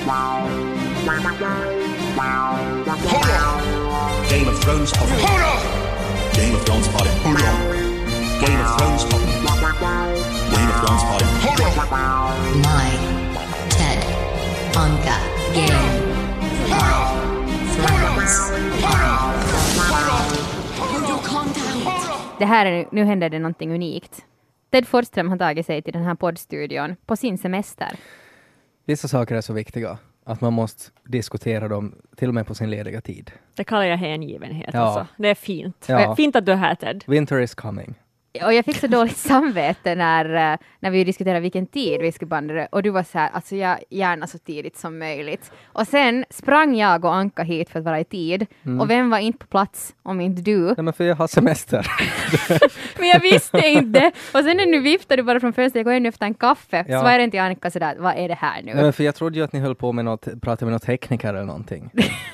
Game of Thrones popping. Game of Thrones popping. Game of Thrones popping. Game of Thrones popping. My Ted Anka Game of Thrones Det här är, nu händer det någonting unikt. Ted Forsström har tagit sig till den här poddstudion på sin semester. Vissa saker är så viktiga att man måste diskutera dem till och med på sin lediga tid. Det kallar jag hängivenhet. Ja. Alltså. Det är fint. Ja. Fint att du är här, Ted. Winter is coming. Och jag fick så dåligt samvete när vi diskuterade vilken tid vi skulle banda det. Och du var så här, alltså jag gärna så tidigt som möjligt. Och sen sprang jag och Anka hit för att vara i tid. Och vem var inte på plats om inte du? Nej, men för jag har semester. Men jag visste inte. Och sen när nu viftade du bara från fönstret, jag går in efter en kaffe. Ja. Så var det inte Anka sådär, vad är det här nu? Nej, men för jag trodde ju att ni höll på med prata med någon tekniker eller någonting.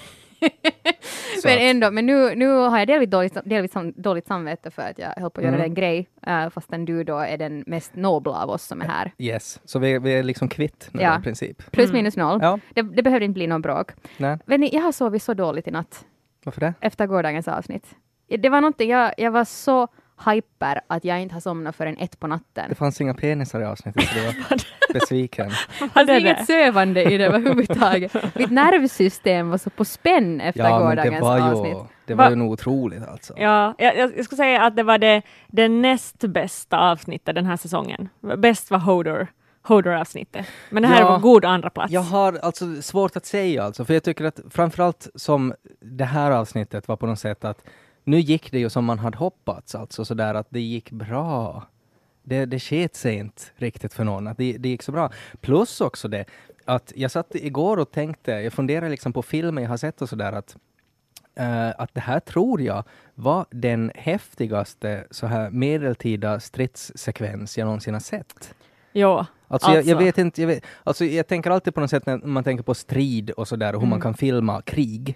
Men ändå, men nu har jag delvis dåligt samvete för att jag höll på att göra en grej, fastän du då är den mest nobla av oss som är här. Yes, så vi är liksom kvitt nu i princip. Plus minus noll. Ja. Det behöver inte bli någon bråk. Nej. Men jag har sovit så dåligt i natt. Varför det? Efter gårdagens avsnitt. Det var någonting, jag var så hyper att jag inte har somnat förrän 1 på natten. Det fanns inga penisar i avsnittet så det var besviken. Det är inget sövande i det överhuvudtaget. Mitt nervsystem var så på spänn efter gårdagens avsnitt. Det var ju nog otroligt alltså. Ja, jag skulle säga att det var det näst bästa avsnittet den här säsongen. Bäst var Hodor-avsnittet. Men det här var god andra plats. Jag har alltså svårt att säga alltså, för jag tycker att framförallt som det här avsnittet var på något sätt att nu gick det ju som man hade hoppats, alltså sådär att det gick bra. Det sket sig inte riktigt för någon, att det gick så bra. Plus också det, att jag satt igår och tänkte, jag funderade liksom på filmer jag har sett och sådär att det här tror jag var den häftigaste så här medeltida stridssekvens jag någonsin har sett. Ja. Alltså. Jag vet inte, jag tänker alltid på något sätt när man tänker på strid och sådär och hur man kan filma krig.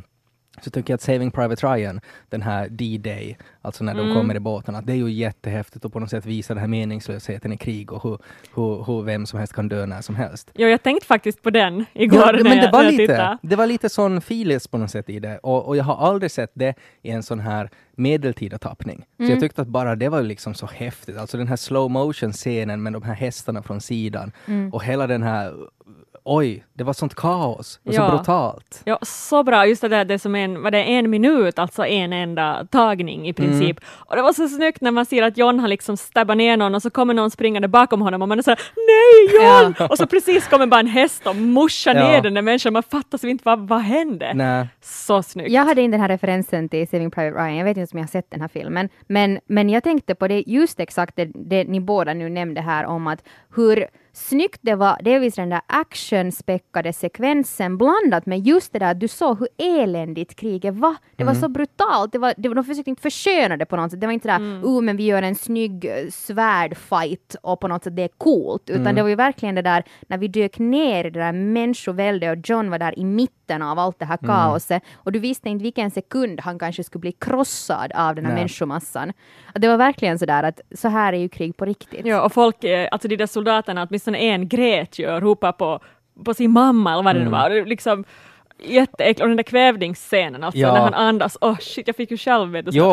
Så tycker jag att Saving Private Ryan, den här D-Day, alltså när de kommer i båten, att det är ju jättehäftigt och på något sätt visar den här meningslösheten i krig och hur vem som helst kan dö när som helst. Ja, jag tänkte faktiskt på den igår men det var lite sån filis på något sätt i det och jag har aldrig sett det i en sån här medeltida tappning. Så jag tyckte att bara det var liksom så häftigt. Alltså den här slow motion scenen med de här hästarna från sidan och hela den här det var sånt kaos och så brutalt. Ja, så bra. Just det är som en minut, alltså en enda tagning i princip. Och det var så snyggt när man ser att John har liksom stabbat ner någon och så kommer någon springande bakom honom och man är så här, nej John! Ja. Och så precis kommer bara en häst och muschar ner den där människan. Man fattar så inte vad hände. Nej. Så snyggt. Jag hade inte den här referensen till Saving Private Ryan. Jag vet inte om jag har sett den här filmen. Men jag tänkte på det just exakt det ni båda nu nämnde här om att hur snyggt det var, delvis den där actionspäckade sekvensen blandat med just det där, du såg hur eländigt kriget var. Det var så brutalt. De försökte inte försköna det på något sätt. Det var inte där, men vi gör en snygg svärdfight och på något sätt det är coolt. Utan det var ju verkligen det där, när vi dök ner i det där människovälde och John var där i mitten av allt det här kaoset. Och du visste inte vilken sekund han kanske skulle bli krossad av den här människomassan. Det var verkligen så där att så här är ju krig på riktigt. Ja, och folk, alltså de där soldaterna, åtminstone en grät ju och ropade på sin mamma eller vad det nu var. Det liksom jätteäckligt. Och den där kvävningsscenen alltså, när han andas. Jag fick ju själv vet du,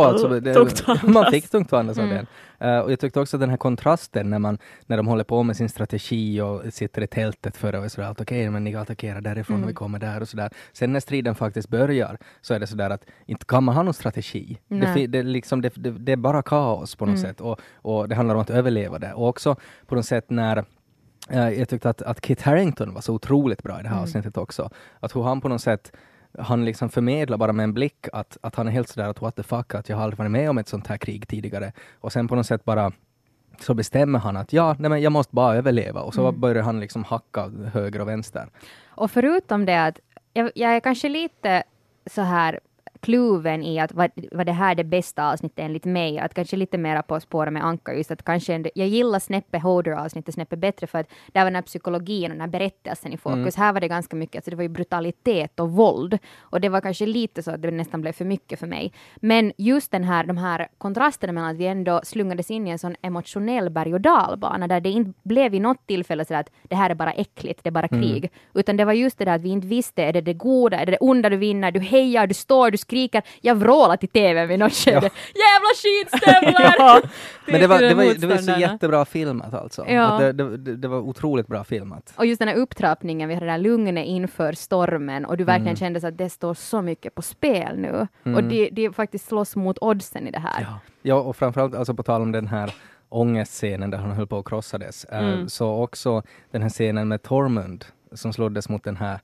man fick tungt att andas av den. Och jag tyckte också den här kontrasten när de håller på med sin strategi och sitter i tältet för och sådär att okej, men ni attackerar därifrån och vi kommer där och sådär. Sen när striden faktiskt börjar så är det sådär att inte kan man ha någon strategi. Det är bara kaos på något sätt och det handlar om att överleva det. Och också på något sätt när jag tyckte att Kit Harington var så otroligt bra i det här avsnittet också. Att hur han på något sätt han liksom förmedlar bara med en blick att han är helt sådär att what the fuck, att jag har aldrig varit med om ett sånt här krig tidigare. Och sen på något sätt bara så bestämmer han att jag måste bara överleva. Och så börjar han liksom hacka höger och vänster. Och förutom det att jag är kanske lite så här kluven i att var det här det bästa avsnittet enligt mig, att kanske lite mer på spåret med Anka, just att kanske jag gillar snäppet Hodor-avsnittet snäppet bättre för att där var den här psykologin och den här berättelsen i fokus. Här var det ganska mycket, alltså det var ju brutalitet och våld och det var kanske lite så att det nästan blev för mycket för mig. Men just de här kontrasterna mellan att vi ändå slungades in i en sån emotionell berg- och dalbana där det inte blev i något tillfälle så att det här är bara äckligt, det är bara krig, utan det var just det där att vi inte visste, är det goda, är det onda du vinner, du hejar, du står, du skriker, jag vrålar till tvn vid något skede. Jävla skitstövlar! Men det var så jättebra filmat alltså. Ja. Det var otroligt bra filmat. Och just den här upptrappningen, vi hade det här lugnet inför stormen och du verkligen kände så att det står så mycket på spel nu. Och det faktiskt slåss mot oddsen i det här. Ja, och framförallt alltså på tal om den här ångestscenen där han höll på att krossades. Så också den här scenen med Tormund som slåddes mot den här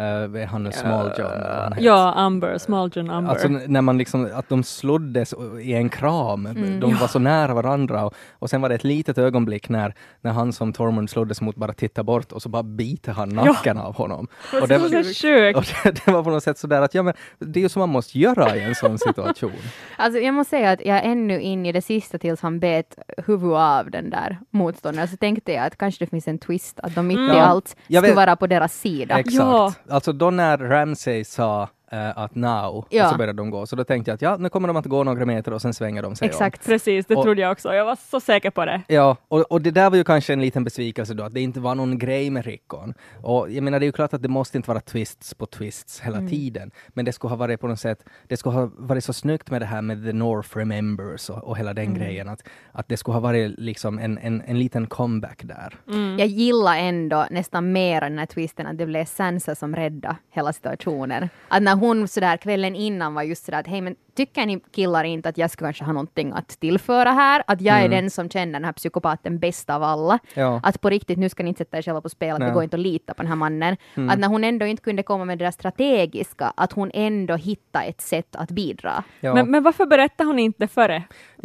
han är Small John. Ja, Amber, Small John Amber. Alltså när man liksom, att de slåddes i en kram. De var så nära varandra. Och sen var det ett litet ögonblick när han som Tormund slåddes mot bara tittar bort och så bara biter han nacken av honom. Och det var så sjukt. Och det var på något sätt sådär att men det är ju som man måste göra i en sån situation. Alltså jag måste säga att jag är ännu inne i det sista tills han bet huvud av den där motståndaren. Så tänkte jag att kanske det finns en twist att de mitt i allt skulle vara på deras sida. Exakt. Ja. Alltså då när Ramsay sa att now, och så började de gå. Så då tänkte jag att nu kommer de att gå några meter och sen svänger de sig Exakt. om. Precis, det trodde jag också. Jag var så säker på det. Ja, och det där var ju kanske en liten besvikelse då, att det inte var någon grej med Rickon. Och jag menar, det är ju klart att det måste inte vara twists på twists hela tiden. Men det skulle ha varit på något sätt, det skulle ha varit så snyggt med det här med The North Remembers och hela den grejen. Att det skulle ha varit liksom en liten comeback där. Jag gillar ändå nästan mer den här twisten att det blev Sansa som rädda hela situationen. Att när hon sådär kvällen innan var just sådär att hej, men tycker ni killar inte att jag ska kanske ha någonting att tillföra här? Att jag är den som känner den här psykopaten bäst av alla. Ja. Att på riktigt, nu ska ni inte sätta er själva på spel, att det går inte att lita på den här mannen. Att när hon ändå inte kunde komma med det där strategiska, att hon ändå hittade ett sätt att bidra. Ja. Men varför berättar hon inte före?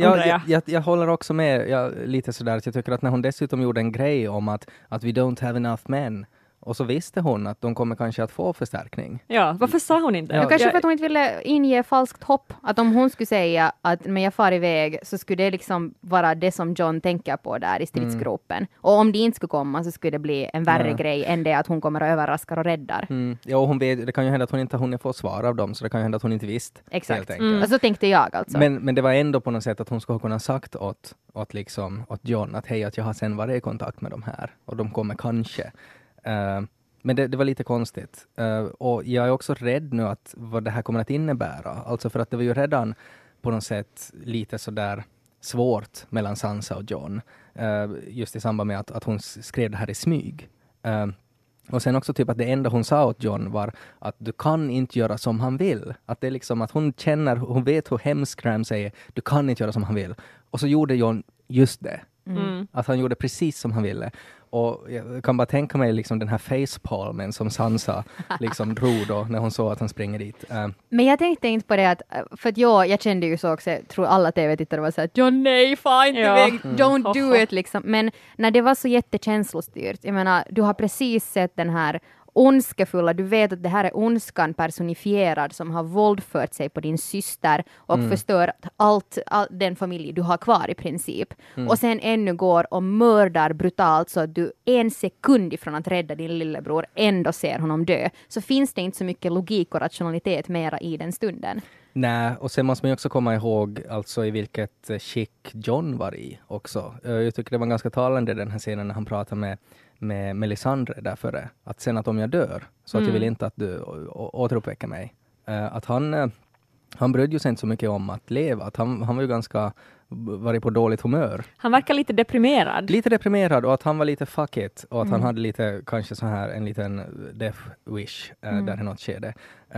Jag håller också med lite sådär att jag tycker att när hon dessutom gjorde en grej om att we don't have enough men. Och så visste hon att de kommer kanske att få förstärkning. Ja, varför sa hon inte? Ja, kanske för att hon inte ville inge falskt hopp. Att om hon skulle säga att men jag far iväg så skulle det liksom vara det som John tänker på där i stridsgropen. Och om det inte skulle komma så skulle det bli en värre grej än det att hon kommer och överraskar och räddar. Ja, och hon vet, det kan ju hända att hon inte hunnit få svar av dem, så det kan ju hända att hon inte visste. Exakt. Och så tänkte jag alltså. Men det var ändå på något sätt att hon skulle kunna sagt åt John att hej, att jag har sen varit i kontakt med de här och de kommer kanske. Men det var lite konstigt. Och jag är också rädd nu att vad det här kommer att innebära. Alltså för att det var ju redan på något sätt lite sådär svårt mellan Sansa och John. Just i samband med att hon skrev det här i smyg. Och sen också typ att det enda hon sa åt John var att du kan inte göra som han vill. Att det är liksom att hon vet hur hemskt Ramsay är. Du kan inte göra som han vill. Och så gjorde John just det. Att han gjorde precis som han ville. Och jag kan bara tänka mig liksom den här facepalmen som Sansa liksom drog då när hon såg att han springer dit. Men jag tänkte inte på det att, för att jag kände ju så också, jag tror alla tv-tittare var så här, John, nej, fan inte iväg, don't do it liksom. Men när det var så jättekänslostyrt, jag menar, du har precis sett den här ondskefulla, du vet att det här är ondskan personifierad som har våldfört sig på din syster och förstört allt den familj du har kvar i princip. Och sen ännu går och mördar brutalt så att du en sekund ifrån att rädda din lillebror ändå ser honom dö. Så finns det inte så mycket logik och rationalitet mera i den stunden. Nej, och sen måste man ju också komma ihåg alltså i vilket skick John var i också. Jag tycker det var ganska talande den här scenen när han pratar med Melisandre därför att sen att om jag dör så att jag vill inte att du återuppväcker mig. Att han brydde ju sig inte så mycket om att leva. Att han var ju ganska varit på dåligt humör. Han verkar lite deprimerad. Lite deprimerad och att han var lite fuck it. Och att han hade lite kanske så här en liten death wish där i något skede.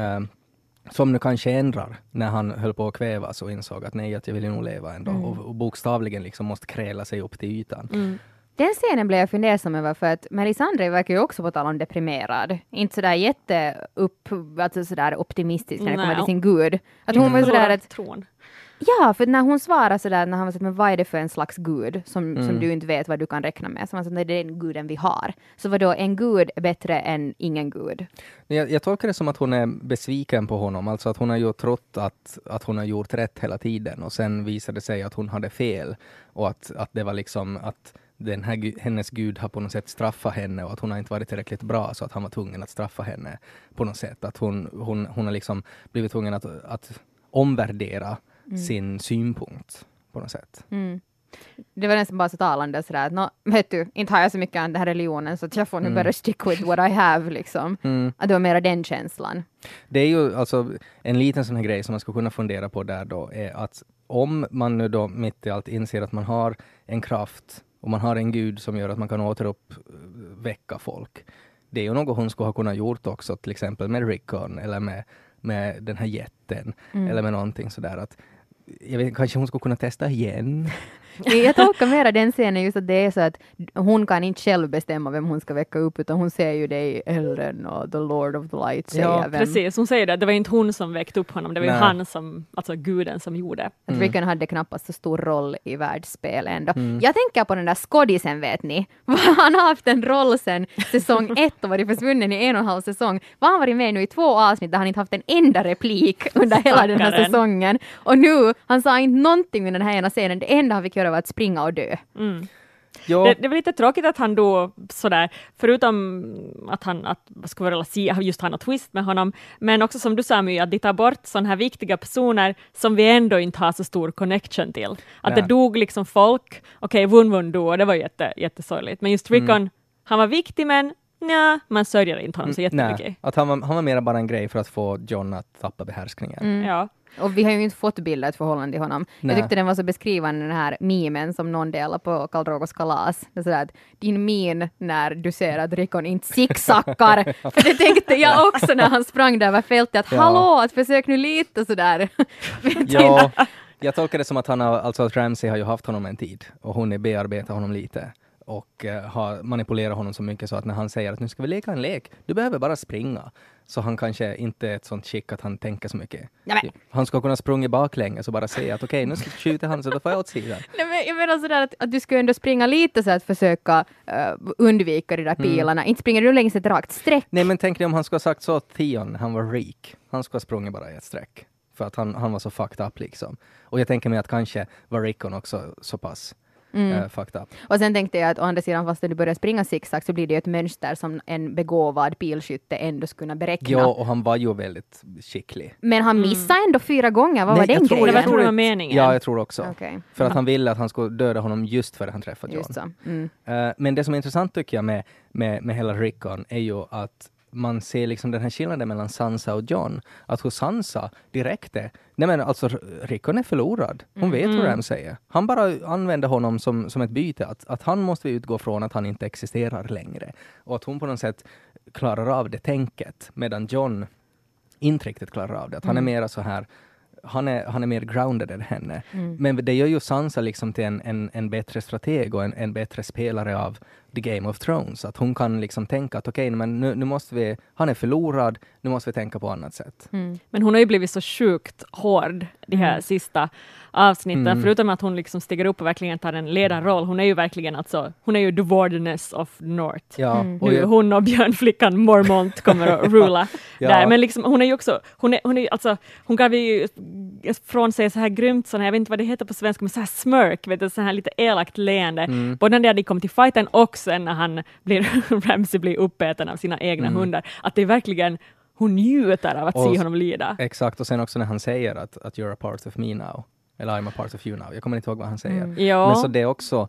Som nu kanske ändrar när han höll på att kvävas och insåg att nej, att jag vill ju nog leva ändå. Och bokstavligen liksom måste kräla sig upp till ytan. Den scenen blev jag fundersam över för att Melisandre verkar ju också på tal om deprimerad. Inte sådär alltså sådär optimistisk när det kommer till sin gud. Att hon var sådär att Ja, för när hon svarar sådär, när han var sådär, men vad är det för en slags gud som du inte vet vad du kan räkna med? Så man sa, det är den guden vi har. Så vadå, en gud är bättre än ingen gud? Jag tolkar det som att hon är besviken på honom, alltså att hon har ju trott att hon har gjort rätt hela tiden och sen visade det sig att hon hade fel och att det var liksom att den här hennes gud har på något sätt straffat henne och att hon har inte varit tillräckligt bra så att han var tvungen att straffa henne på något sätt. Att hon har liksom blivit tvungen att omvärdera sin synpunkt på något sätt. Mm. Det var nästan bara så talande sådär att vet du, inte har jag så mycket av den här religionen så att jag får nu bara stick with what I have liksom. Att det var mera den känslan. Det är ju alltså en liten sån här grej som man ska kunna fundera på där då är att om man nu då mitt i allt inser att man har en kraft och man har en gud som gör att man kan återuppväcka folk. Det är ju något hon skulle ha kunnat gjort också, till exempel med Rickon eller med den här jätten eller med någonting sådär att jag vet, kanske hon skulle kunna testa igen. Jag tolkar mera den scenen just att det är så att hon kan inte själv bestämma vem hon ska väcka upp utan hon ser ju det i elden och the Lord of the Light säger Ja, vem. precis. Hon säger det var inte hon som väckte upp honom, det var ju han som, alltså guden som gjorde. Att Rickon hade knappast så stor roll i världsspel ändå. Jag tänker på den där skådisen, vet ni. Han har haft en roll sedan säsong 1 och varit försvunnen i 1,5 säsong. Var han varit med nu i 2 avsnitt där han inte haft en enda replik under hela den här säsongen. Och nu, han sa inte någonting med den här ena scenen. Det enda han fick göra var att springa och dö. Ja. Det var lite tråkigt att han då sådär, förutom att vad ska vi säga, just han har twist med honom, men också som du sa My, att de tar bort sådana här viktiga personer som vi ändå inte har så stor connection till. Att det dog liksom folk, Wun dog och det var jättesorgligt. Men just Rickon, han var viktig men man sörjer inte honom så jättemycket. Nej, att han var mer bara en grej för att få John att tappa behärskningen. Ja. Och vi har ju inte fått bilder ett förhållande till honom. Nej. Jag tyckte den var så beskrivande, den här memen som någon delar på Karl Drogos kalas. Det är sådär att din min när du ser att Rickon inte zigzackar. För det tänkte jag också när han sprang där över fältet. Att hallå, att försök nu lite sådär. Ja, jag tolkar det som att att Ramsay har ju haft honom en tid och hon är bearbetat honom lite. Och har manipulerat honom så mycket så att när han säger att nu ska vi leka en lek, du behöver bara springa. Så han kanske inte är ett sånt skick att han tänker så mycket. Nej, han ska kunna sprunga baklänges och bara säga att okej, nu ska jag skjuta han så då får jag åt sidan. Jag menar sådär att du ska ändå springa lite så att försöka undvika de där pilarna. Inte springer du längs ett rakt streck. Nej, men tänk dig om han skulle ha sagt så till Theon, han var rik. Han skulle ha sprungit bara i ett streck. För att han var så fucked up liksom. Och jag tänker mig att kanske var Rickon också så pass fucked up. Och sen tänkte jag att å andra sidan, fast du börjar springa zigzag så blir det ju ett mönster som en begåvad pilskytte ändå skulle kunna beräkna. Ja, och han var ju väldigt skicklig. Men han missade ändå 4 gånger. Vad var den grejen? Jag tror det var meningen. Ja, jag tror också. Okay. För att han ville att han skulle döda honom just före han träffade John. Just så. Men det som är intressant tycker jag med hela Rickon är ju att man ser liksom den här skillnaden mellan Sansa och John. Att hos Sansa direkt är, nej men alltså Rickon är förlorad. Hon vet vad Ram säger. Han bara använder honom som ett byte. Att han måste utgå från att han inte existerar längre. Och att hon på något sätt klarar av det tänket. Medan John inte riktigt klarar av det. Att han är mer så här, han är mer grounded än henne. Men det gör ju Sansa liksom till en bättre strateg och en bättre spelare av The Game of Thrones. Att hon kan liksom tänka att men nu måste vi, han är förlorad, nu måste vi tänka på annat sätt. Men hon har ju blivit så sjukt hård de här sista avsnitten. Förutom att hon liksom stiger upp och verkligen tar en ledarroll. Hon är ju verkligen hon är ju the Wardeness of North. Ja, Nu hon och björnflickan Mormont kommer att rula där. Men liksom, hon är ju också, hon gav ju från sig så här grymt, jag vet inte vad det heter på svenska, men så här smörk, vet du, så här lite elakt leende. Både när de kom till fighten och sen när Ramsay blir uppäten av sina egna hundar. Att det är verkligen, hon njuter av att se honom lida. Exakt, och sen också när han säger att you're a part of me now. Eller I'm a part of you now. Jag kommer inte ihåg vad han säger. Ja. Men så det är också,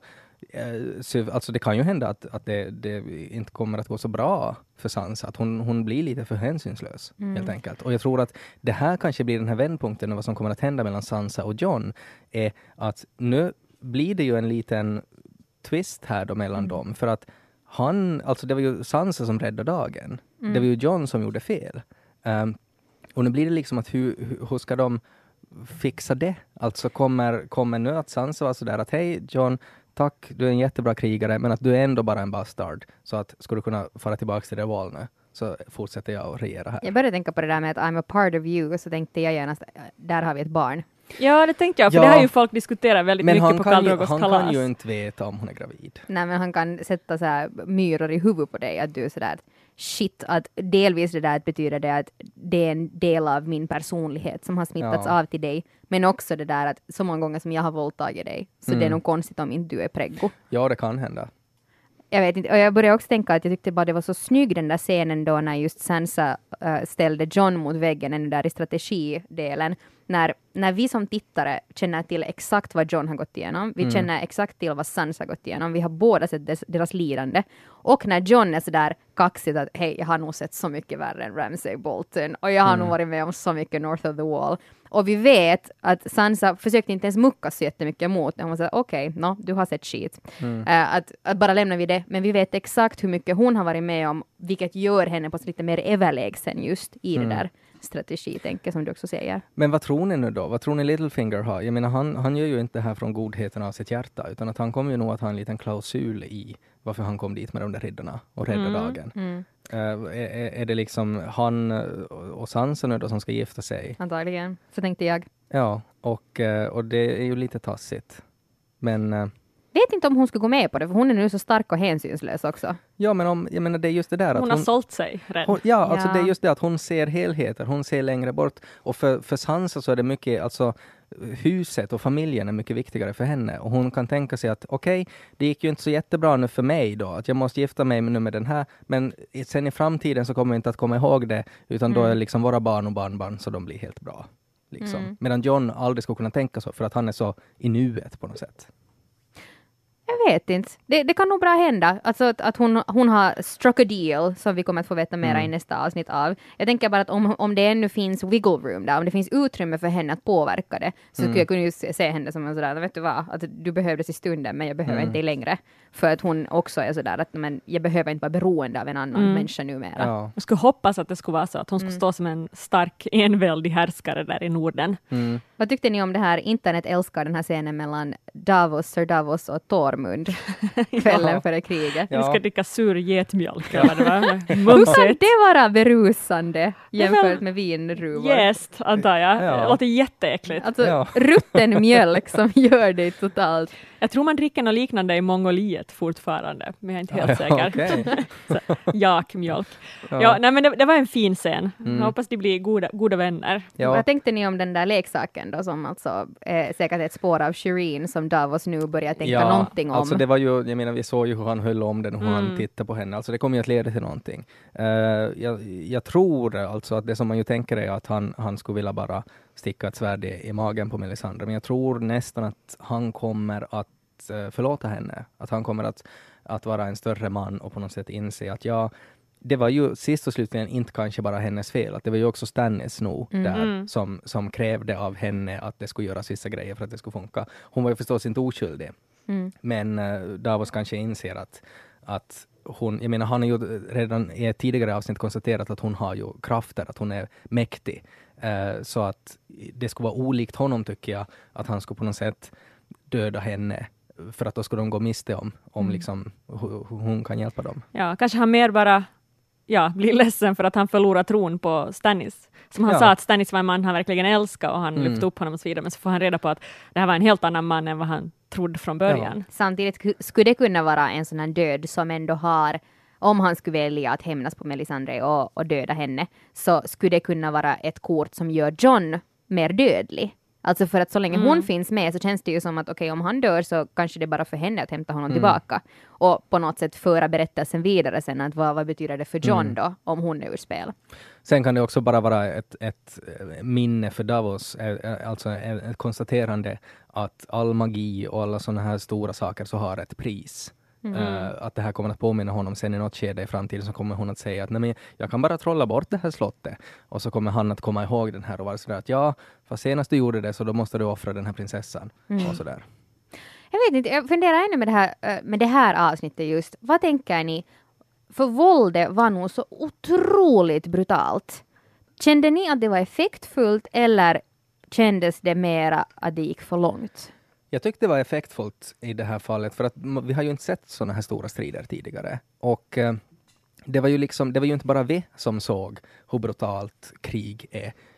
alltså det kan ju hända att det inte kommer att gå så bra för Sansa. Att hon blir lite för hänsynslös helt enkelt. Och jag tror att det här kanske blir den här vändpunkten och vad som kommer att hända mellan Sansa och John är att nu blir det ju en liten twist här då mellan dem. För att det var ju Sansa som räddade dagen. Det var ju John som gjorde fel. Och nu blir det liksom att hur ska de fixa det? Alltså kommer nu att Sansa var sådär att hej John, tack, du är en jättebra krigare, men att du är ändå bara en bastard. Så att ska du kunna fara tillbaka till det val nu, så fortsätter jag att regera här. Jag började tänka på det där med att I'm a part of you, så tänkte jag genast, där har vi ett barn. Ja, det tänkte jag, för Ja. det har ju folk diskuterat väldigt Men mycket på Karl Drogos han kalas. kan ju inte veta om hon är gravid. Nej, men han kan sätta så här myror i huvudet på dig, att du är sådär shit, att delvis det där betyder det att det är en del av min personlighet som har smittats av till dig, men också det där att så många gånger som jag har våldtagit dig, så det är nog konstigt om inte du är preggo. Ja, det kan hända. Jag vet inte, och jag började också tänka att jag tyckte bara det var så snygg den där scenen då när just Sansa ställde Jon mot väggen, den där i strategidelen, när vi som tittare känner till exakt vad Jon har gått igenom, vi känner exakt till vad Sansa har gått igenom, vi har båda sett deras lidande, och när Jon är sådär kaxigt att hej, jag har nog sett så mycket värre än Ramsay Bolton, och jag har nog varit med om så mycket North of the Wall, och vi vet att Sansa försökte inte ens mucka så jättemycket emot, hon sa okej, du har sett skit. Att bara lämnar vi det, men vi vet exakt hur mycket hon har varit med om, vilket gör henne på lite mer överlägsen just i det där strategitänket som du också säger. Men vad tror ni nu då? Vad tror ni Littlefinger har? Jag menar, han gör ju inte det här från godheten av sitt hjärta, utan att han kommer ju nog att ha en liten klausul i varför han kom dit med de där riddarna och rädda dagen. Är det liksom han och Sansa nu då som ska gifta sig? Antagligen, så tänkte jag. Ja, och det är ju lite tassigt. Men Vet inte om hon skulle gå med på det, för hon är nu så stark och hänsynslös också. ja, men jag menar, det är just det där att Hon har sålt sig redan. alltså Ja. det är just det att hon ser helheter, hon ser längre bort. Och för Sansa så är det mycket, alltså huset och familjen är mycket viktigare för henne. Och hon kan tänka sig att okej, det gick ju inte så jättebra nu för mig då, att jag måste gifta mig nu med den här. Men sen i framtiden så kommer vi inte att komma ihåg det, utan då är liksom våra barn och barnbarn så de blir helt bra. Liksom. Medan Jon aldrig skulle kunna tänka så, för att han är så i nuet på något sätt. Jag vet inte. Det kan nog bra hända. Alltså att hon har struck a deal som vi kommer att få veta mera i nästa avsnitt av. Jag tänker bara att om det ännu finns wiggle room där, om det finns utrymme för henne att påverka det, så skulle jag kunna just se henne som en sådär, vet du vad, att du behövdes i stunden men jag behöver inte dig längre. För att hon också är sådär att men jag behöver inte vara beroende av en annan människa numera. Ja. Jag skulle hoppas att det skulle vara så, att hon skulle stå som en stark enväldig härskare där i Norden. Vad tyckte ni om det här? Internet älskar den här scenen mellan Sir Davos och Tormund kvällen före kriget. Vi ska Ja. dricka sur getmjölk eller vad det var. Hur kan Mumsigt. det vara berusande jämfört väl med vinruvor? Jäst, antar jag. Ja. Det låter jätteäckligt. Alltså Ja. rutten mjölk som gör det totalt. Jag tror man dricker något liknande i Mongoliet fortfarande, men jag är inte helt säker. Okej. Jakmjölk. Ja, nej, men det var en fin scen. Jag hoppas de blir goda vänner. Ja. Vad tänkte ni om den där leksaken då, som alltså är säkert ett spår av Shireen som Davos nu börjar tänka någonting om? Alltså det var ju, jag menar, vi såg ju hur han höll om den och hur han tittade på henne. Alltså det kommer ju att leda till någonting. Jag tror alltså att det som man ju tänker är att han skulle vilja bara sticka ett svärd i magen på Melisandre. Men jag tror nästan att han kommer att förlåta henne. Att han kommer att vara en större man och på något sätt inse att det var ju sist och slutligen inte kanske bara hennes fel. Att det var ju också Stannis nog där som krävde av henne att det skulle göras vissa grejer för att det skulle funka. Hon var ju förstås inte oskyldig. Men Davos kanske inser att hon, jag menar, han har ju redan i ett tidigare avsnitt konstaterat att hon har ju krafter, att hon är mäktig. Så att det skulle vara olikt honom, tycker jag, att han skulle på något sätt döda henne. För att då skulle de gå miste om liksom, hur hon kan hjälpa dem. Ja, kanske han mer bara blir ledsen för att han förlorar tron på Stannis. Som han sa, att Stannis var en man han verkligen älskade och han lyfte upp honom och så vidare. Men så får han reda på att det här var en helt annan man än vad han trodde från början. Samtidigt skulle det kunna vara en sån här död som ändå har, om han skulle välja att hämnas på Melisandre och döda henne, så skulle det kunna vara ett kort som gör Jon mer dödlig. Alltså för att så länge hon finns med så känns det ju som att okej, om han dör så kanske det är bara för henne att hämta honom tillbaka. Och på något sätt föra berättelsen vidare sen, att vad betyder det för Jon då om hon är ur spel. Sen kan det också bara vara ett minne för Davos, alltså ett konstaterande att all magi och alla sådana här stora saker så har ett pris. Att det här kommer att påminna honom sen i något skede i framtiden, så kommer hon att säga att nej, men jag kan bara trolla bort det här slottet, och så kommer han att komma ihåg den här och vara sådär att fast senast du gjorde det så då måste du offra den här prinsessan och sådär. Jag vet inte, jag funderar ännu med det här avsnittet just. Vad tänker ni? För våldet var nog så otroligt brutalt. Kände ni att det var effektfullt eller kändes det mera att det gick för långt? Jag tyckte det var effektfullt i det här fallet, för att vi har ju inte sett sådana här stora strider tidigare. Och det var ju inte bara vi som såg hur brutalt krig är.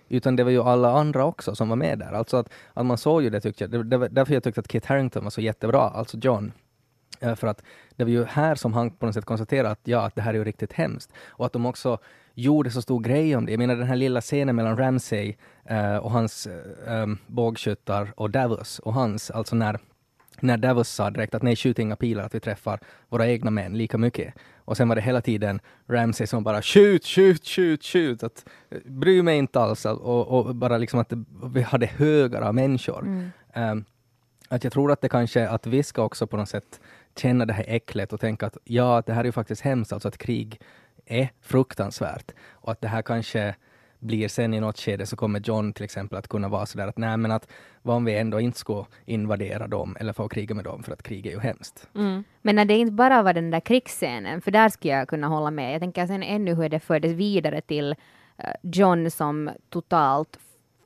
utan det var ju alla andra också som var med där. Alltså att man såg ju det, tyckte jag. Det var därför jag tyckte att Kit Harington var så jättebra, alltså John. För att det var ju här som han på något sätt konstaterade att det här är ju riktigt hemskt. Och att de också gjorde så stor grej om det. Jag menar den här lilla scenen mellan Ramsay och hans bågskyttar och Davos och hans, alltså när Davos sa direkt att nej, skjut inga pilar, att vi träffar våra egna män lika mycket. Och sen var det hela tiden Ramsay som bara skjut, att bry mig inte alls, och bara liksom att vi hade högar av människor. Att jag tror att det kanske, att vi ska också på något sätt känna det här äcklet och tänka att det här är ju faktiskt hemskt, alltså att krig är fruktansvärt. Och att det här kanske blir sen i något skede så kommer John till exempel att kunna vara sådär att nej, men att vad om vi ändå inte ska invadera dem eller få kriga med dem, för att krig är ju hemskt. Men när det inte bara var den där krigsscenen, för där skulle jag kunna hålla med. Jag tänker sen ännu hur det fördes vidare till John som totalt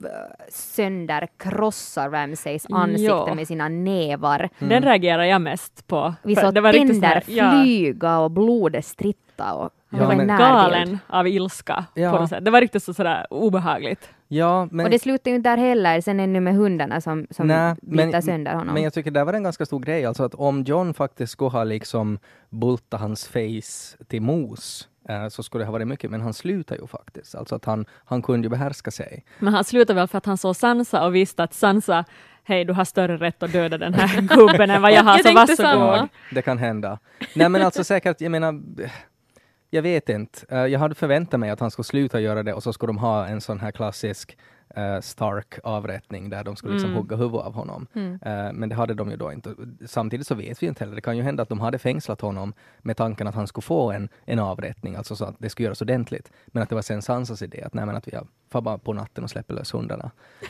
sönderkrossar Ramsays ansikte med sina nävar. Den reagerar jag mest på. Vi såg tänder flyga och blodet stritta och det var en galen av ilska. På något sätt. Det var riktigt sådär obehagligt. Ja, men... Och det slutar ju inte där heller, sen ännu med hundarna som bitar sönder honom. Men jag tycker det var en ganska stor grej, alltså att om John faktiskt skulle ha liksom bultat hans face till mos, så skulle det ha varit mycket, men han slutar ju faktiskt. Alltså att han kunde ju behärska sig. Men han slutade väl för att han såg Sansa och visste att Sansa, hej, du har större rätt att döda den här gubben än vad jag har, så varsågod. Det kan hända. Nej, men alltså säkert, jag menar, jag vet inte. Jag hade förväntat mig att han skulle sluta göra det och så skulle de ha en sån här klassisk Stark-avrättning där de skulle liksom hugga huvudet av honom. Men det hade de ju då inte. Samtidigt så vet vi inte heller. Det kan ju hända att de hade fängslat honom med tanken att han skulle få en avrättning, alltså så att det skulle göras ordentligt. Men att det var sen Sansas idé att nej, men att vi får bara på natten och släpper lös hundarna.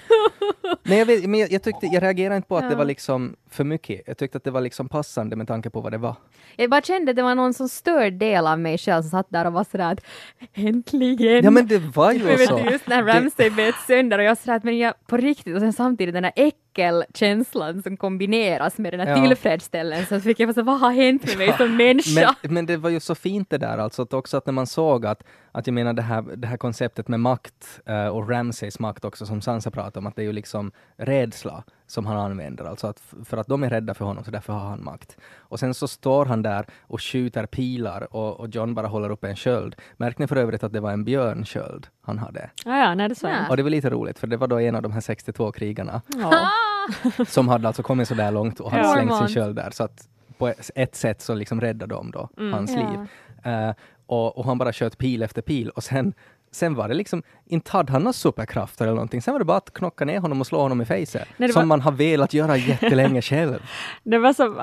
Men jag reagerade inte på att det var liksom för mycket. Jag tyckte att det var liksom passande med tanke på vad det var. Jag bara kände att det var någon som störd del av mig själv som satt där och var sådär att äntligen. Ja, men det var ju så. Just när Ramsay bet sönder och jag sådär att men jag på riktigt, och sen samtidigt den där äckelkänslan som kombineras med den här tillfredsställelsen, så fick jag bara så, vad har hänt med mig som människa? Men det var ju så fint det där, alltså att också att när man såg att jag menar det här konceptet med makt och Ramsays makt också, som Sansa pratade om, att det är ju liksom rädsla som han använder, alltså att för att de är rädda för honom så därför har han makt. Och sen så står han där och skjuter pilar och John bara håller upp en sköld. Märkte ni för övrigt att det var en björnsköld han hade? Ja, nej, det så. Och det var lite roligt, för det var då en av de här 62 krigarna som hade alltså kommit så där långt och hade slängt sin sköld där, så att på ett sätt så liksom räddade de då hans liv. Och han bara sköt pil efter pil och sen var det liksom, inte hade han några superkrafter eller någonting. Sen var det bara att knocka ner honom och slå honom i fejset. Som man har velat göra jättelänge själv. Det var så,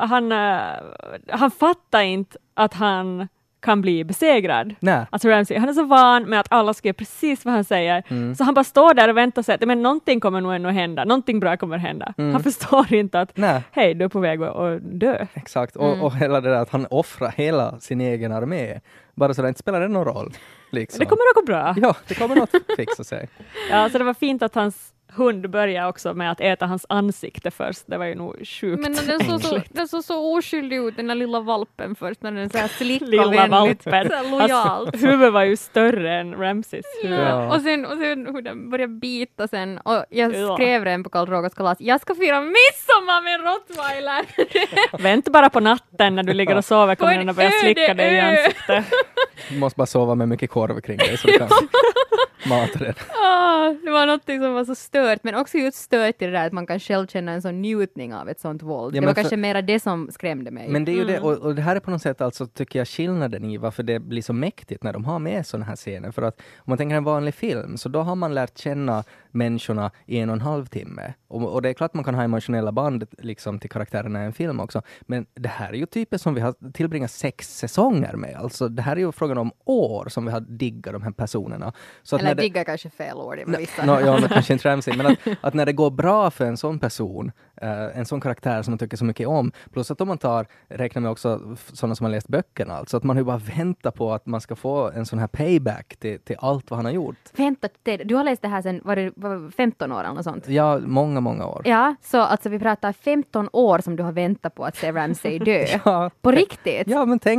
han fattar inte att han kan bli besegrad. Nej. Alltså Ramsay, han är så van med att alla ska göra precis vad han säger. Så han bara står där och väntar sig att men någonting kommer nog ändå hända. Någonting bra kommer hända. Han förstår inte att hej, du är på väg att dö. Exakt. Och hela det där att han offrar hela sin egen armé. Bara så det inte spelar någon roll. Liksom. Det kommer att gå bra. Ja, det kommer att fixa sig. Ja, så det var fint att hans hund började också med att äta hans ansikte först. Det var ju nog sjukt. Men den såg så oskyldig ut, den där lilla valpen först, när den så här slickade lilla valpen. Så lojalt. Huvudet var ju större än Ramsays huvud. Ja. Och sen hur den började bita sen. Och jag skrev den på Karl Rogers kalas. Jag ska fira midsommar med en rottweiler. Vänt bara på natten när du ligger och sover, kommer den att börja slicka dig i ansiktet. Du måste bara sova med mycket korv kring dig så du kan mata den. Det var något som var så stört, men också just stört i det där att man kan själv känna en sån njutning av ett sånt våld. Det var kanske mera det som skrämde mig. Men det är ju det, och det här är på något sätt alltså, tycker jag, skillnaden i varför det blir så mäktigt när de har med sådana här scener. För att om man tänker en vanlig film, så då har man lärt känna människorna i 1,5 timme. Och det är klart man kan ha emotionella band liksom, till karaktärerna i en film också. Men det här är ju typer som vi har tillbringat 6 säsonger med. Alltså det här är ju frågan om år som vi har diggat de här personerna. Så att eller digga kanske fel ord i vissa. Ja, men kanske inte Ramsay. Men att när det går bra för en sån person, en sån karaktär som man tycker så mycket om, plus att om man räknar med också sådana som har läst böckerna, alltså att man ju bara väntar på att man ska få en sån här payback till allt vad han har gjort. Vänta, du har läst det här sen, var det 15 år eller något sånt? Ja, många år. Ja, så alltså vi pratar 15 år som du har väntat på att se Ramsay dö. Ja, på riktigt? Ja, men tänk.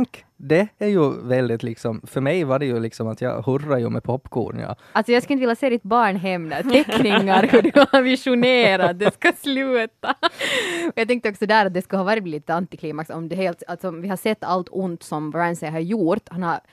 det är ju väldigt liksom, för mig var det ju liksom att jag hurrar ju med popcorn. Ja. Alltså jag skulle inte vilja se ditt barn hem där. Teckningar, hur du har visionerat, det ska sluta. Och jag tänkte också där att det skulle ha varit lite antiklimax om det helt, alltså vi har sett allt ont som Beyoncé har gjort. Han har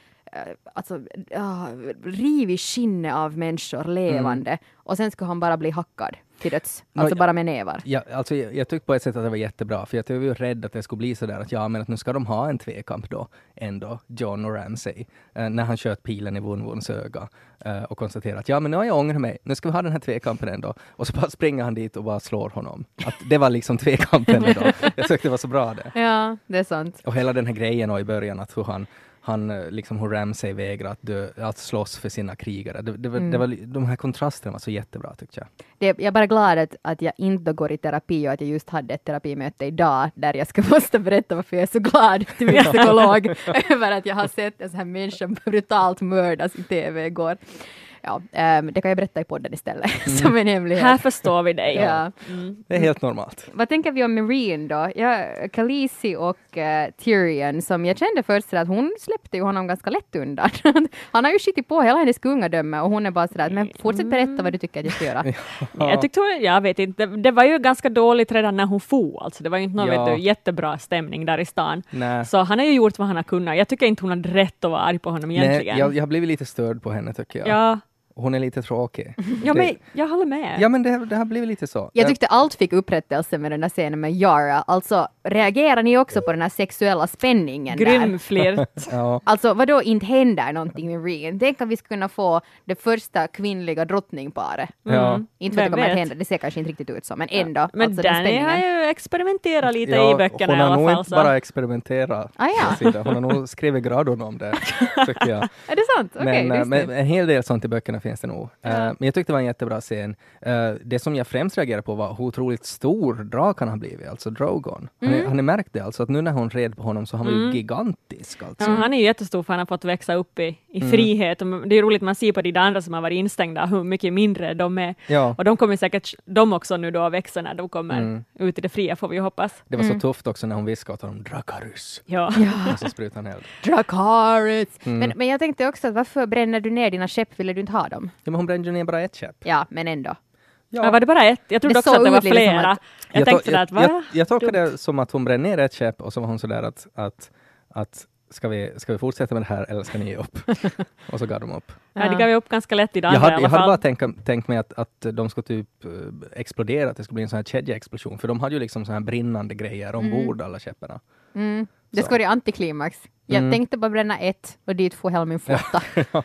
rivit skinnet av människor levande och sen ska han bara bli hackad till döds. Alltså bara med nävar. Ja, alltså jag tyckte på ett sätt att det var jättebra, för jag var ju rädd att det skulle bli sådär att men att nu ska de ha en tvekamp då ändå, John och Ramsay, när han sköt pilen i Wun-Wuns öga och konstaterar att men nu har jag ångrat mig, nu ska vi ha den här tvekampen ändå, och så bara springer han dit och bara slår honom. Att det var liksom tvekampen ändå. Jag tyckte det var så bra det. Ja, det är sant. Och hela den här grejen och i början att hur han liksom hur Ramsay vägrar att slåss för sina krigare. Det var, de här kontrasterna var så jättebra tyckte jag. Jag är bara glad att jag inte går i terapi och att jag just hade ett terapimöte idag där jag måste berätta varför jag är så glad till min psykolog över att jag har sett en sån här människa brutalt mördas i tv igår. Ja, det kan jag berätta i podden istället som en hemlighet. Här förstår vi dig. Ja. Det är helt normalt. Vad tänker vi om Marine då? Ja, Khaleesi och Tyrion som jag kände först att hon släppte ju honom ganska lätt undan. Han har ju skitit på hela hennes kungadöme och hon är bara sådär, men fortsätt berätta vad du tycker att jag ska göra. Jag tyckte, jag vet inte, det var ju ganska dåligt redan när hon for. Alltså det var ju inte någon jättebra stämning där i stan. Nej. Så han har ju gjort vad han har kunnat. Jag tycker inte hon hade rätt att vara arg på honom egentligen. Nej, jag har blivit lite störd på henne tycker jag. Ja. Hon är lite tråkig. Ja, men jag håller med. Ja, men det har blivit lite så. Jag tyckte allt fick upprättelse med den här scenen med Yara. Alltså, reagerar ni också på den här sexuella spänningen Grym där? flirt. Ja. Alltså, vadå inte händer någonting med Rhaen? Tänk att vi skulle kunna få det första kvinnliga drottningparet. Ja. Inte för att det Vem kommer att vet? hända, det ser kanske inte riktigt ut så, men ändå. Men alltså, den Danny har spänningen. ju experimenterat lite i böckerna i hon har alla nog fall. inte Så. bara experimenterat. Ah, ja. Hon har nog skrivit gradon om det, tycker jag. Är det sant? Okej, Men just det. en hel del sånt i böckerna finns det nog. Men jag tyckte det var en jättebra scen. Det som jag främst reagerade på var hur otroligt stor Drak han har blivit, alltså Drogon. Han är märkt det, alltså att nu när hon red på honom så han var ju gigantisk. Alltså. Ja, han är ju jättestor för han har fått växa upp i frihet. Och det är roligt, man ser på de andra som har varit instängda hur mycket mindre de är. Ja. Och de kommer säkert, de också nu då växa när de kommer ut i det fria, får vi ju hoppas. Det var så tufft också när hon viskade åt honom Dracarys. Ja. Och så sprutade han eld. Dracarys! Men jag tänkte också, att varför bränner du ner dina skepp? Ville du inte ha dem? Ja, men hon brände ju ner bara ett skepp. Ja, men ändå. Ja, var det bara ett? Jag trodde Det också såg att det var ut liksom flera. att- Jag tänkte sådär att jag tolkade det som att hon brände ner ett skepp och så var hon sådär att ska vi fortsätta med det här eller ska ni ge upp? Och så gav de upp. Ja, det gav jag upp ganska lätt i det Jag andra i hade alla fall. bara tänkt mig att de skulle typ explodera, att det skulle bli en sån här kedjeexplosion. För de hade ju liksom så här brinnande grejer ombord alla skepparna. Det ska vara antiklimax. Jag tänkte bara bränna ett och dit få hela min flotta.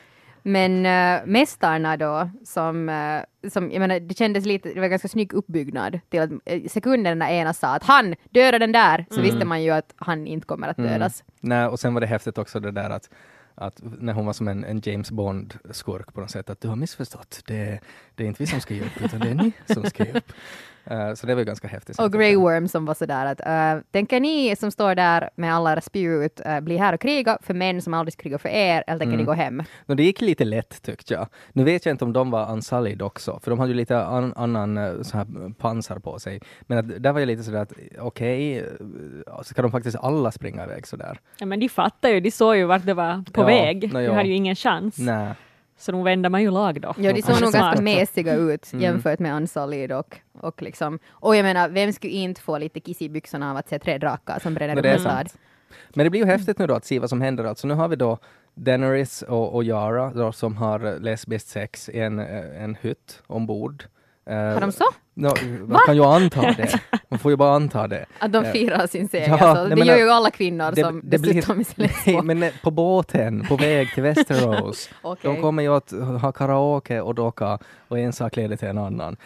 Men mästarna då, som jag menar, det kändes lite, det var ganska snygg uppbyggnad till att sekunden när ena sa att han dödar den där, så visste man ju att han inte kommer att dödas. Nej, och sen var det häftigt också det där att när hon var som en James Bond-skurk på något sätt, att du har missförstått. Det är inte vi som ska ge upp, utan det är ni som ska ge upp. Så det var ganska häftigt. Och Grey Worm som var sådär att tänker ni som står där med alla era spjut bli här och kriga för män som aldrig krigar för er, eller tänker ni gå hem? Men det gick lite lätt tyckte jag. Nu vet jag inte om de var Unsullied också, för de hade ju lite annan så här pansar på sig. Men att, där var jag lite sådär att okej, ska de faktiskt alla springa iväg sådär? Ja, men de fattar ju, de såg ju vart det var på väg. ja. De hade ju ingen chans. Nej. Så de vänder man ju lag då. Ja, de såg nog Smart. ganska mässiga ut jämfört med Unsullied och liksom, och jag menar, vem skulle inte få lite kiss i byxorna av att se 3 drakar som bränner Men upp det är en stad? sant. Men det blir ju häftigt nu då att se vad som händer. Alltså nu har vi då Daenerys och Yara då, som har lesbiskt sex i en hytt ombord. Har de så? Man kan ju anta det. Man får ju bara anta det. Att de firar sin seger. Ja, så. nej, Det men gör ju alla kvinnor som det dessutom är nej, lesbor. men på båten, på väg till Westeros. Okej. De kommer ju att ha karaoke och docka och en sak leder till en annan.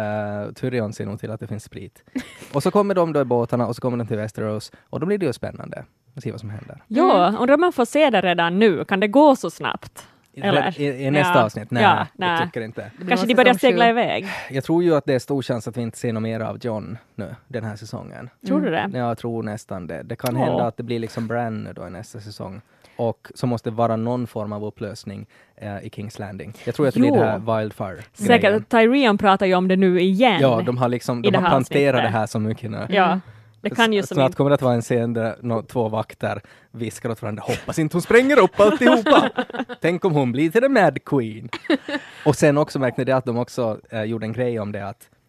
Tyrion ser nog till att det finns sprit. Och så kommer de då i båtarna och så kommer de till Westeros och då blir det ju spännande att se vad som händer. Ja, och då man får se det redan nu. Kan det gå så snabbt? Eller? I nästa avsnitt? Nej, Ja, jag tycker inte. Det blir Kanske någon de börjar säsong segla 7. iväg. Jag tror ju att det är stor chans att vi inte ser något mer av John nu, den här säsongen. Tror du det? Ja, jag tror nästan det. Det kan Ja. hända att det blir liksom Bran nu då i nästa säsong. Och så måste det vara någon form av upplösning i King's Landing. Jag tror att det blir Jo. det här Wildfire. Säkert. Tyrion pratar ju om det nu igen. Ja, de har i det här planterat det avsnittet. här så mycket nu. Ja. Det kan ju som Snart inte... kommer det att vara en scen där 2 vakter viskar åt varandra, hoppas inte hon spränger upp alltihopa. Tänk om hon blir till the Mad Queen. Och sen också märkte det att de också gjorde en grej om det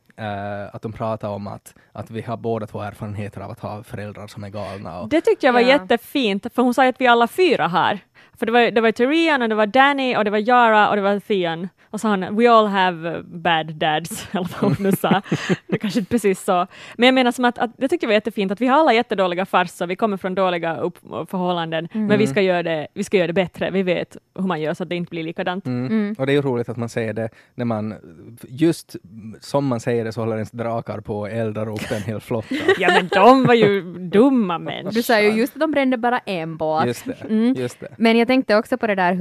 att de pratar om att vi har båda 2 erfarenheter av att ha föräldrar som är galna. Och Det tyckte jag var jättefint, för hon sa att vi alla 4 här. För det var Tyrion och det var Dany och det var Yara och det var Theon. Och så han, we all have bad dads, eller vad hon nu sa. Det kanske inte precis så. Men jag menar som att det tyckte jag var jättefint, att vi har alla jättedåliga farser, vi kommer från dåliga förhållanden, men vi ska göra det bättre. Vi vet hur man gör så att det inte blir likadant. Och det är ju roligt att man säger det när man, just som man säger det så håller ens drakar på och eldar upp en hel flotta. Ja, men de var ju dumma människor. Du sa ju just att de brände bara en båt. Just det. Men jag tänkte också på det där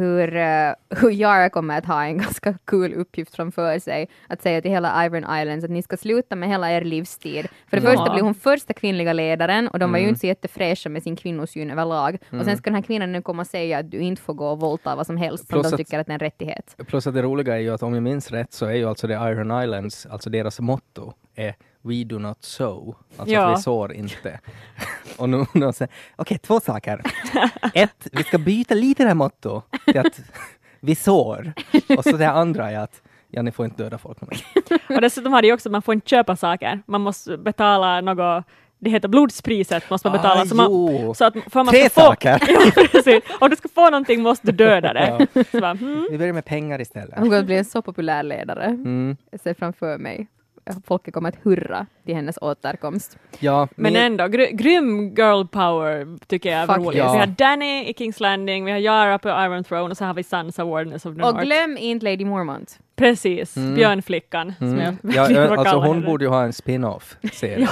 hur Yara kommer att ha en ganska kul uppgift framför sig. Att säga till hela Iron Islands att ni ska sluta med hela er livstid. För det första blir hon första kvinnliga ledaren och de var ju inte så jättefräscha med sin kvinnosyn överlag. Och sen ska den här kvinnan nu komma och säga att du inte får gå och våldta vad som helst som de tycker att det är en rättighet. Plus att det roliga är ju att om jag minns rätt så är ju alltså det Iron Islands, alltså deras motto är We do not sow. Alltså att vi sår inte. Och nu säger okej, 2 saker. 1, vi ska byta lite det här motto till att vi sår. Och så det andra är att ni får inte döda folk. Och dessutom har det ju också, man får inte köpa saker. Man måste betala något, det heter blodspriset måste man betala. Så att för man 3 ska saker! Ja, precis. Om du ska få någonting måste du döda det. Ja. Så bara, Vi börjar med pengar istället. Hon kommer att bli en så populär ledare. Jag ser framför mig. Folket kommer att hurra till hennes återkomst. Ja, men ändå, grym girl power tycker jag är roligt. Ja. Vi har Dany i King's Landing, vi har Yara på Iron Throne och så har vi Sansa Wardens of the North. Och glöm inte Lady Mormont. Precis, björnflickan. Som jag alltså hon borde ju ha en spin-off-serie.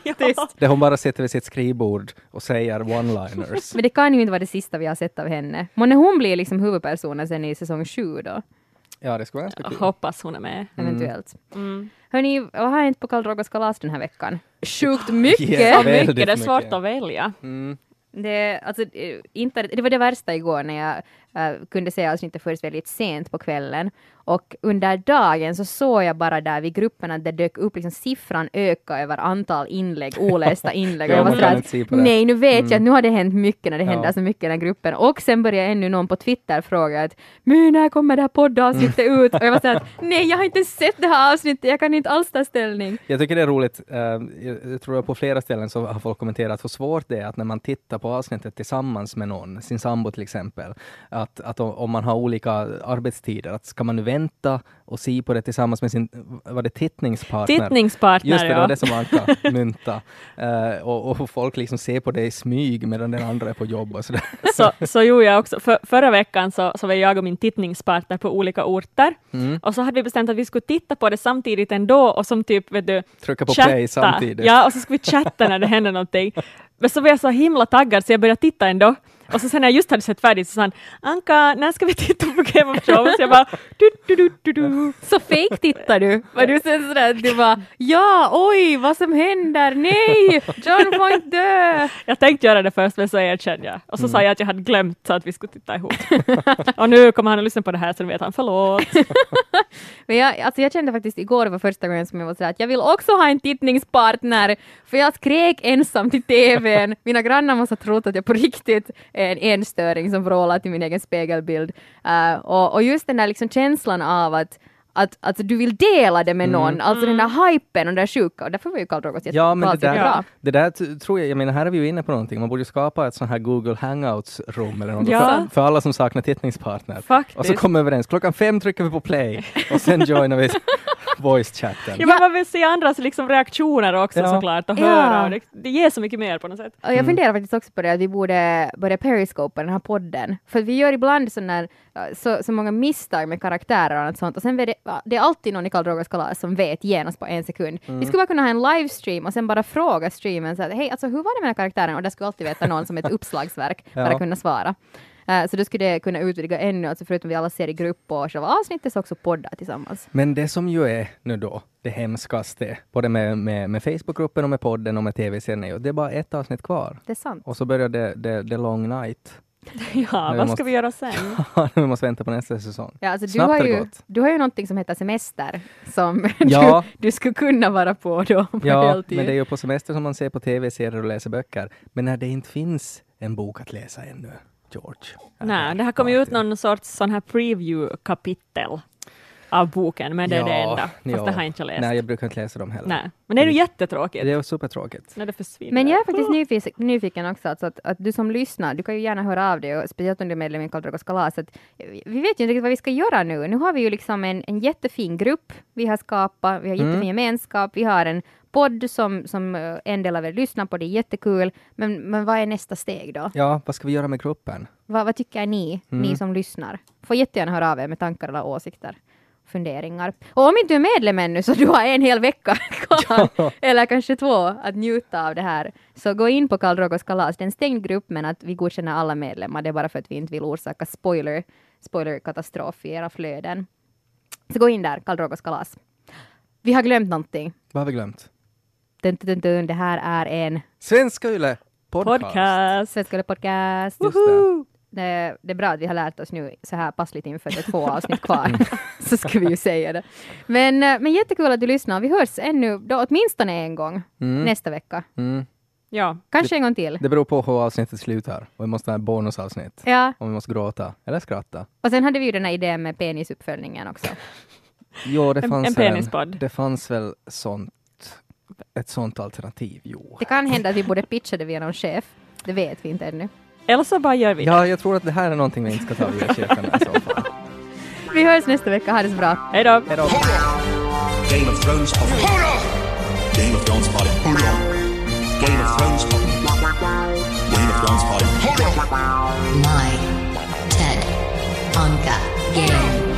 Där hon bara sitter vid sitt skrivbord och säger one-liners. Men det kan ju inte vara det sista vi har sett av henne. Men när hon blir liksom huvudpersonen sen i säsong 7 då. Ja, det skulle vara ganska kul. Hoppas hon är med. Eventuellt. Hörni, vad har hänt på Karl Drogos kalas den här veckan? Sjukt mycket! Yes. Så mycket, det är mycket. svårt att välja. Det var det värsta igår när jag kunde se avsnittet först väldigt sent på kvällen. Och under dagen så såg jag bara där vid gruppen att det dök upp liksom siffran öka över antal inlägg, olästa inlägg. Och jag var sådär, nej nu vet jag att nu har det hänt mycket när det händer så mycket i den här gruppen. Och sen började ännu någon på Twitter fråga att när kommer det här poddavsnittet ut? Och jag var sådär, nej jag har inte sett det här avsnittet, jag kan inte alls ta ställning. Jag tycker det är roligt, jag tror att på flera ställen så har folk kommenterat hur svårt det är att när man tittar på avsnittet tillsammans med någon, sin sambo till exempel, att om man har olika arbetstider, att ska man nu vänta och se på det tillsammans med sin, var det tittningspartner? Tittningspartner, just det, det var det som Anka mynta. Och folk liksom ser på det i smyg medan den andra är på jobb och sådär. Så gjorde jag också. Förra veckan så var jag och min tittningspartner på olika orter. Och så hade vi bestämt att vi skulle titta på det samtidigt ändå och som typ, vet du, trycka på play samtidigt. Ja, och så skulle vi chatta när det händer någonting. Men så var jag så himla taggad så jag började titta ändå. Och så sen när jag just hade sett färdigt så sa han, Anka, när ska vi titta på Game of Thrones? Så jag bara, du. Så fake tittar du? Var du sen sådär, du bara, ja, oj, vad som händer? Nej, John får inte dö! Jag tänkte göra det först, men så erkände jag. Och så sa jag att jag hade glömt så att vi skulle titta ihop. Och nu kommer han att lyssna på det här så vet han, förlåt. Men jag kände faktiskt igår var första gången som jag var sådär att jag vill också ha en tittningspartner. För jag skrek ensam till tvn. Mina grannar måste ha trott att jag på riktigt är en enstöring som vrålar till min egen spegelbild. Och just den där liksom känslan av att du vill dela det med någon. Alltså den där hypen och den där sjuka. Och därför var ju Karl Drogos jättebra. Det där tror jag menar här är vi ju inne på någonting. Man borde skapa ett sånt här Google Hangouts-rum eller något för alla som saknar tittningspartner. Faktiskt. Och så kommer vi överens. 5:00 trycker vi på play och sen joinar vi voice-chatten. Ja, men man vill se andras liksom reaktioner också såklart och höra. Och det ger så mycket mer på något sätt. Och jag funderar faktiskt också på det att vi borde börja periscopa den här podden. För vi gör ibland så många misstag med karaktärer och annat sånt. Och sen det är alltid någon i Karl Drogos kalas som vet genast på 1 sekund. Vi skulle bara kunna ha en livestream och sen bara fråga streamen så att hej, alltså hur var det med den här karaktären? Och det skulle alltid veta någon som ett uppslagsverk för att kunna svara. Så då skulle det kunna utvidga ännu, alltså förutom vi alla ser i grupp och själva avsnittet så också poddar tillsammans. Men det som ju är nu då det hemskaste, både med Facebookgruppen och med podden och med tv-serien, det är bara ett avsnitt kvar. Det är sant. Och så börjar det long night. Ja, Men vad vi ska vi göra sen? Vi måste vänta på nästa säsong. Ja, alltså Snabbt har det gått. du har ju någonting som heter semester som Ja. du skulle kunna vara på då på Ja, heltid. men det är ju på semester som man ser på tv-serier och läser böcker. Men när det inte finns en bok att läsa ännu, George. Nej, det har kommit ut någon sorts sån här preview-kapitel av boken, men det är det enda. Fast det har jag inte läst. Nej, jag brukar inte läsa dem heller. Nej, men det är ju jättetråkigt Det är supertråkigt. när det försvinner. Men jag är faktiskt nyfiken också, alltså att du som lyssnar, du kan ju gärna höra av dig, och speciellt om du är medlem i Kaldrogos kalas, att vi vet ju inte riktigt vad vi ska göra nu. Nu har vi ju liksom en jättefin grupp vi har skapat, vi har jättefin gemenskap, vi har en podd som en del av er lyssnar på, det är jättekul, men vad är nästa steg då? Ja, vad ska vi göra med gruppen? Vad tycker ni som lyssnar? Får jättegärna höra av er med tankar eller åsikter, funderingar. Och om inte du är medlem ännu så du har en hel vecka kvar, eller kanske 2 att njuta av det här. Så gå in på Kaldrogos kalas. Det är en stängd grupp, men att vi godkänner alla medlemmar. Det är bara för att vi inte vill orsaka spoilerkatastrof i era flöden. Så gå in där, Kaldrogos kalas. Vi har glömt någonting. Vad har vi glömt? Det här är en Svenska Yle podcast. Svenska podcast. Just det. Det är bra att vi har lärt oss nu så här passligt inför det 2 avsnitt kvar. Så ska vi ju säga det. Men jättekul att du lyssnar. Vi hörs ännu, då, åtminstone en gång nästa vecka. Ja. Kanske en gång till. Det beror på hur avsnittet slutar. Och vi måste ha en bonusavsnitt. Ja, Om vi måste gråta eller skratta. och sen hade vi ju den här idén med penisuppföljningen också. Jo, det fanns en penispodd. Det fanns väl ett sånt alternativ, jo. Det kan hända att vi borde pitcha det via någon chef. Det vet vi inte ännu. Eller så bara gör vi det. Ja, jag tror att det här är någonting vi inte ska ta via chefen i så fall. Vi hörs nästa vecka. Ha det så bra. Hej då! Hej då! Game of Thrones podcast. Game of Thrones podcast. Game of Thrones podcast. Game of Thrones podcast. My TED Anka Game